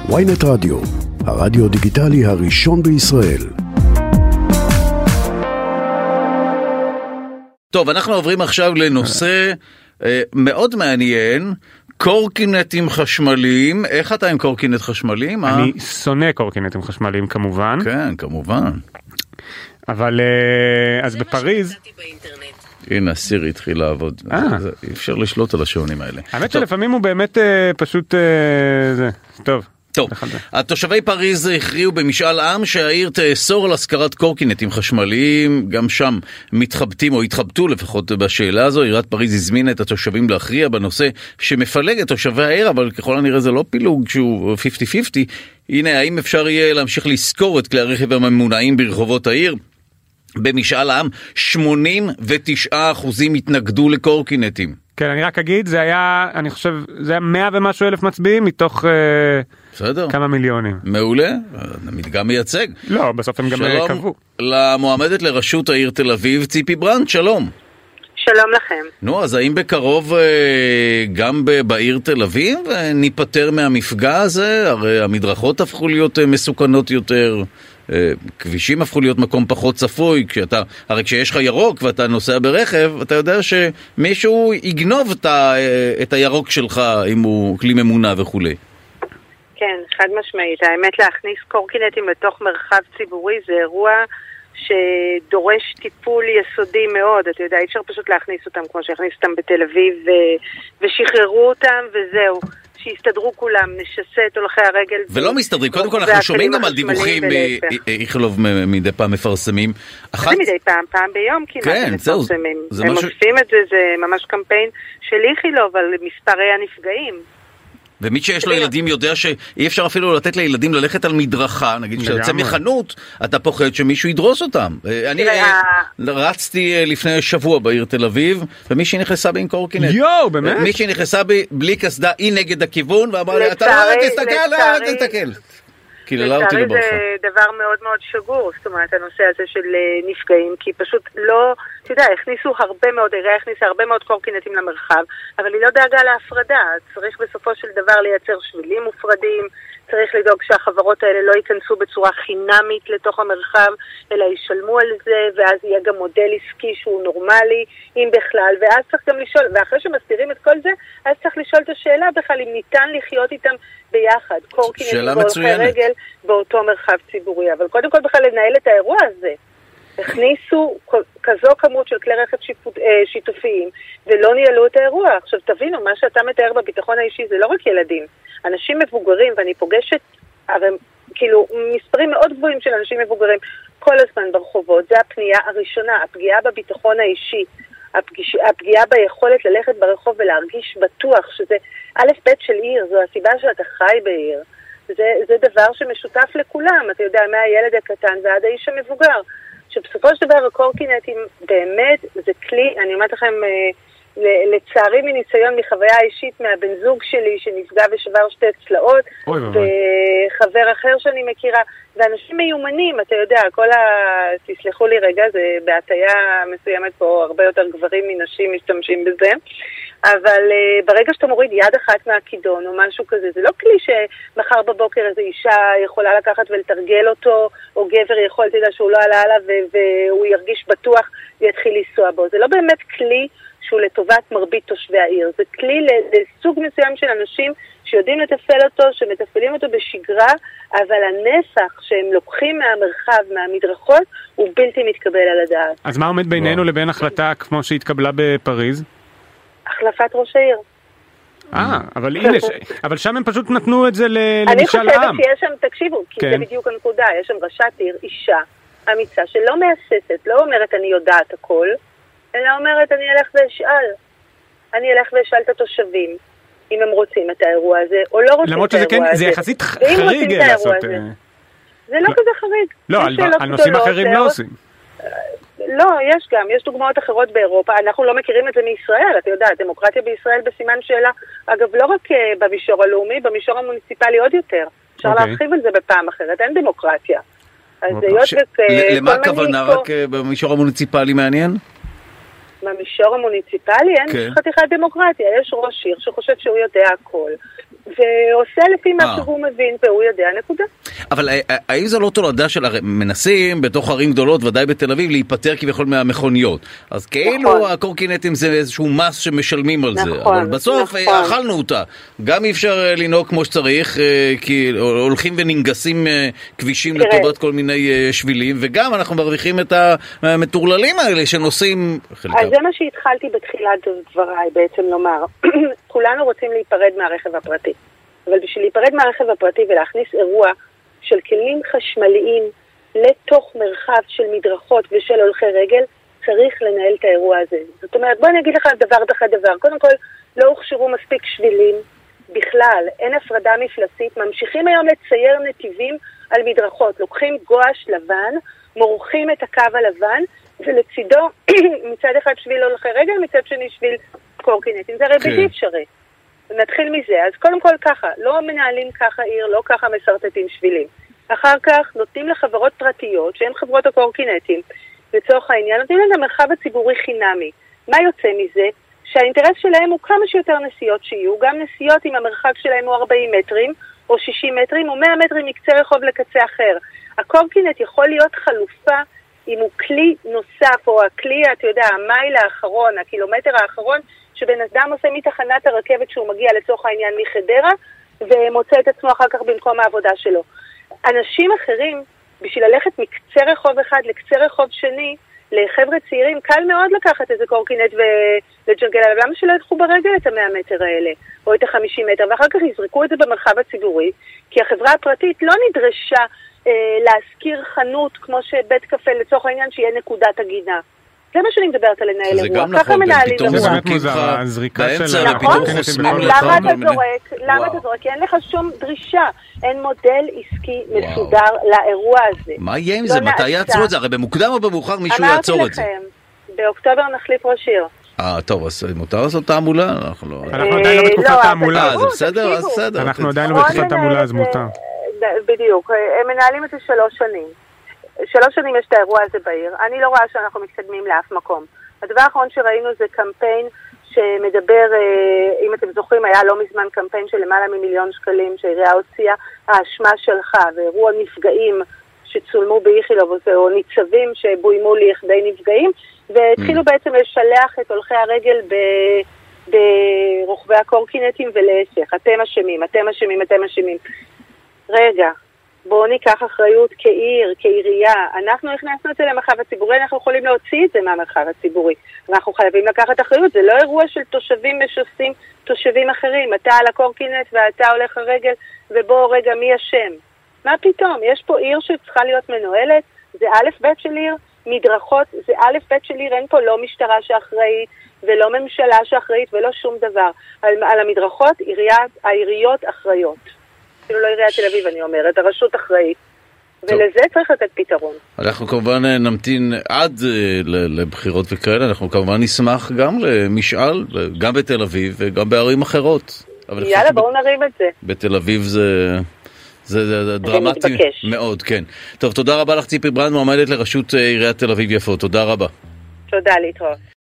ynet רדיו, הרדיו דיגיטלי הראשון בישראל. טוב, אנחנו עוברים עכשיו לנושא מאוד מעניין, קורקינטים חשמליים. איך אתה עם קורקינט חשמליים? אני שונא קורקינטים חשמליים כמובן. כן, כמובן. אבל אז בפריז... הנה, סירי התחיל לעבוד. אי אפשר לשלוט על השעונים האלה. האמת שלפעמים הוא באמת פשוט... טוב. טוב, התושבי פריז הכריעו במשאל עם שהעיר תאסור על השכרת קורקינטים חשמליים. גם שם מתחבטים או התחבטו לפחות בשאלה הזו. עיריית פריז הזמינה את התושבים להכריע בנושא שמפלג את תושבי העיר, אבל ככל הנראה זה לא פילוג שהוא 50-50. הנה, האם אפשר יהיה להמשיך לזכור את כלי הרכב הממונעים ברחובות העיר? במשאל העם 89% התנגדו לקורקינטים. כן, אני רק אגיד, זה היה, אני חושב, זה היה 100 ומשהו אלף מצביעים מתוך כמה מיליונים. מעולה, מדגם מייצג. לא, בסוף הם גם קבעו. למועמדת לראשות העיר תל אביב, ציפי ברנד, שלום. שלום לכם. נו, אז האם בקרוב גם בעיר תל אביב ניפטר מהמפגע הזה? הרי המדרכות הפכו להיות מסוכנות יותר, כבישים הפכו להיות מקום פחות צפוי. הרי כשיש לך ירוק ואתה נוסע ברכב, אתה יודע שמישהו יגנוב את הירוק שלך אם הוא כלי ממונע וכו'. כן, חד משמעית. האמת, להכניס קורקינטים לתוך מרחב ציבורי זה אירוע שדורש טיפול יסודי מאוד. אתה יודע, אי אפשר פשוט להכניס אותם כמו שהכניס אותם בתל אביב ושחררו אותם וזהו. שיסתדרו כולם, נשסה את הולכי הרגל. ולא מסתדרים, קודם כל אנחנו שומעים גם על דיווחים איכילוב מדי פעם מפרסמים. זה מדי פעם ביום כמעט מפרסמים. הם עושים את זה, זה ממש קמפיין של איכילוב על מספרי הנפגעים. ומי שיש לו ילדים יודע שאי אפשר אפילו לתת לילדים ללכת על מדרכה, נגיד כשאתה יוצא מחנות, אתה פוחד שמישהו ידרוס אותם. אני רצתי לפני שבוע בעיר תל אביב, ומישהי נכנסה בי עם קורקינט. יואו, באמת? מישהי נכנסה בי בלי קסדה, היא נגד הכיוון, ואמרה לי, אתה לא תסתכל. לצערי זה דבר מאוד מאוד שגור, זאת אומרת, הנושא הזה של נפגעים, כי פשוט לא, אתה יודע, הכניסו הרבה מאוד קורקינטים למרחב, אבל היא לא דאגה להפרדה. צריך בסופו של דבר לייצר שבילים מופרדים, צריך לדאוג שהחברות האלה לא ייכנסו בצורה חינמית לתוך המרחב, אלא ישלמו על זה, ואז יהיה גם מודל עסקי שהוא נורמלי, אם בכלל, ואז צריך גם לשאול, ואחרי שמסתירים את כל זה, אז צריך לשאול את השאלה בכלל, אם ניתן לחיות איתם ביחד, קורקינטים והולכי רגל באותו מרחב ציבורי. אבל קודם כל בכלל לנהל את האירוע הזה. הכניסו כזו כמות של כלי רכב שיתופיים, ולא ניהלו את האירוע. עכשיו תבינו, מה שאתה מתאר בביטחון האישי זה לא רק ילדים. אנשים מבוגרים, ואני פוגשת הרי, כאילו מספרים מאוד גבוהים של אנשים מבוגרים כל הזמן ברחובות. זה הפנייה הראשונה, הפגיעה בביטחון האישי, הפגיעה ביכולת ללכת ברחוב ולהרגיש בטוח, שזה א' ב' של עיר, זו הסיבה שאתה חי בעיר. זה דבר שמשותף לכולם, אתה יודע, מהילד הקטן ועד האיש המבוגר. שבסופו של דבר הקורקינטים באמת זה כלי, אני אומרת לכם, לצערי מניסיון מחוויה אישית מהבן זוג שלי שנפגע ושבר 2 צלעות, וחבר אחר שאני מכירה, ואנשים מיומנים, אתה יודע, תסלחו לי רגע, זה בהטיה מסוימת פה, הרבה יותר גברים מנשים משתמשים בזה, אבל ברגע שאתה מוריד יד אחת מהכידון או משהו כזה, זה לא כלי שמחר בבוקר איזו אישה יכולה לקחת ולתרגל אותו, או גבר יכול, אתה יודע, שהוא לא עלה עליו והוא ירגיש בטוח ויתחיל לנסוע בו. זה לא באמת כלי שהוא לטובת מרבית תושבי העיר. זה כלי לסוג מסוים של אנשים שיודעים לתפעל אותו, שמתפעלים אותו בשגרה, אבל הנפח שהם לוקחים מהמרחב, מהמדרכות, הוא בלתי מתקבל על הדעת. אז מה עומד בינינו לבין החלטה כמו שהתקבלה בפריז? החלפת ראש העיר. אבל הנה, אבל שם הם פשוט נתנו את זה למשאל העם. אני חושבת שיש שם, תקשיבו, כי זה בדיוק הנקודה, יש שם ראשת עיר, אישה, אמיצה, שלא מהססת, לא אומרת אני יודעת הכל, אלא אומרת אני אלך ואשאל. אני אלך ואשאל את התושבים, אם הם רוצים את האירוע הזה, או לא רוצים את האירוע הזה. זה יחסית חריג לעשות. זה לא כזה חריג. לא, על נושאים אחרים לא עושים. לא, יש דוגמאות אחרות באירופה, אנחנו לא מכירים את זה מישראל, אתה יודע, הדמוקרטיה בישראל בסימן שאלה, אגב לא רק במישור הלאומי, במישור המוניציפלי עוד יותר, אפשר להרחיב על זה בפעם אחרת, אין דמוקרטיה. למה הכוונה רק במישור המוניציפלי מעניין? במישור המוניציפלי אין חתיכת דמוקרטיה, יש ראש עיר שחושב שהוא יודע הכל, ועושה לפי מה שהוא מבין, והוא יודע, נקודה. אבל האם זה לא תולדה של מנסים בתוך ערים גדולות, ודאי בתל אביב, להיפטר כביכול מהמכוניות? אז כאילו הקורקינטים זה איזשהו מס שמשלמים על זה, אבל בסוף אכלנו אותה. גם אי אפשר לנהוג כמו שצריך, כי הולכים וננגסים כבישים לטובת כל מיני שבילים, וגם אנחנו מרוויחים את המטורללים האלה שנוסעים חלקם. אז זה מה שהתחלתי בתחילת דבריי בעצם לומר. כולנו רוצים להיפרד מהרכב הפרטי. אבל בשביל להיפרד מהרכב הפרטי ולהכניס אירוע של כלים חשמליים לתוך מרחב של מדרכות ושל הולכי רגל, צריך לנהל את האירוע הזה. זאת אומרת, בוא אני אגיד לך דבר אחרי דבר. קודם כל, לא הוכשרו מספיק שבילים בכלל, אין הפרדה מפלסית, ממשיכים היום לצייר נתיבים על מדרכות, לוקחים גואש לבן, מורחים את הקו הלבן, ולצידו מצד אחד שביל הולכי רגל, מצד שני שביל קורקינטים. זה הרי בלתי אפשרי. נתחיל מזה. אז קודם כל ככה, לא מנהלים ככה עיר, לא ככה מסרטטים שבילים. אחר כך נותנים לחברות פרטיות, שהן חברות הקורקינטים, לצורך העניין, נותנים להם המרחב הציבורי חינמי. מה יוצא מזה? שהאינטרס שלהם הוא כמה שיותר נסיעות שיהיו, גם נסיעות עם המרחק שלהם הוא 40 מטרים, או 60 מטרים, או 100 מטרים מקצה רחוב לקצה אחר. הקורקינט יכול להיות חלופה אם הוא כלי נוסף, או הכלי, אתה יודע, המייל האחרון, הקילומטר האחרון, שבן אדם עושה מתחנת הרכבת שהוא מגיע לצורך העניין מחדרה, ומוצא את עצמו אחר כך במקום העבודה שלו. אנשים אחרים, בשביל ללכת מקצה רחוב אחד לקצה רחוב שני, לחבר'ה צעירים, קל מאוד לקחת איזה קורקינט ולג'נגל, אבל למה שלא ילכו ברגל את ה100 מטר האלה, או את ה50 מטר, ואחר כך יזרקו את זה במרחב הציבורי, כי החברה הפרטית לא נדרשה להזכיר חנות, כמו שבית קפה לצורך העניין שיהיה נקודת הגינה. זה מה שאני מדברת על לנהל אירוע. ככה מנהלים אירוע. זה באמת מוזר, הזריקה של הקורקינטים. למה אתה זורק? כי אין לך שום דרישה. אין מודל עסקי מסודר לאירוע הזה. מה יהיה עם זה? מתי יעצרו את זה? הרי במוקדם או במאוחר מישהו יעצור את זה. אמרתי לכם, באוקטובר נחליף ראש עיר. טוב, אז מותר לעשות תעמולה? אנחנו עדיין לא בתקופת תעמולה. זה בסדר? אז בסדר. אנחנו עדיין לא בתקופת תעמולה, אז מותר. בדיוק. הם מנהלים את זה 3 שנים. 3 שנים יש את האירוע הזה בעיר. אני לא רואה שאנחנו מתקדמים לאף מקום. הדבר האחרון שראינו זה קמפיין שמדבר, אם אתם זוכרים, היה לא מזמן קמפיין של למעלה מ1,000,000 שקלים שהעירייה הוציאה, האשמה שלך, ואירוע נפגעים שצולמו באיכילוב, או ניצבים שבוימו ליכדי נפגעים, והתחילו בעצם לשלח את הולכי הרגל ברוכבי הקורקינטים ולהפך. אתם אשמים, אתם אשמים, אתם אשמים. רגע. בואו ניקח אחריות כעיר, כעירייה. אנחנו הכנסנו את זה למרחב הציבורי, אנחנו יכולים להוציא את זה מהמרחב הציבורי. אנחנו חייבים לקחת אחריות. זה לא אירוע של תושבים משוסים, תושבים אחרים. אתה על הקורקינט ואתה הולך הרגל, ובוא רגע מי אשם. מה פתאום? יש פה עיר שצריכה להיות מנוהלת, זה א' ב' של עיר, מדרכות, זה א' ב' של עיר, אין פה לא משטרה שאחראית, ולא ממשלה שאחראית, ולא שום דבר. על המדרכות, העיריות אחראיות. אפילו לא עיריית תל אביב, אני אומרת, הרשות אחראית. ולזה צריך לתת פתרון. אנחנו כמובן נמתין עד לבחירות וכאלה, אנחנו כמובן נשמח גם למשאל, גם בתל אביב וגם בערים אחרות. יאללה, בואו נרים את זה. בתל אביב זה דרמטי מאוד, כן. טוב, תודה רבה לך ציפי ברנד, מועמדת לראשות עיריית תל אביב יפו. תודה רבה. תודה, להתראות.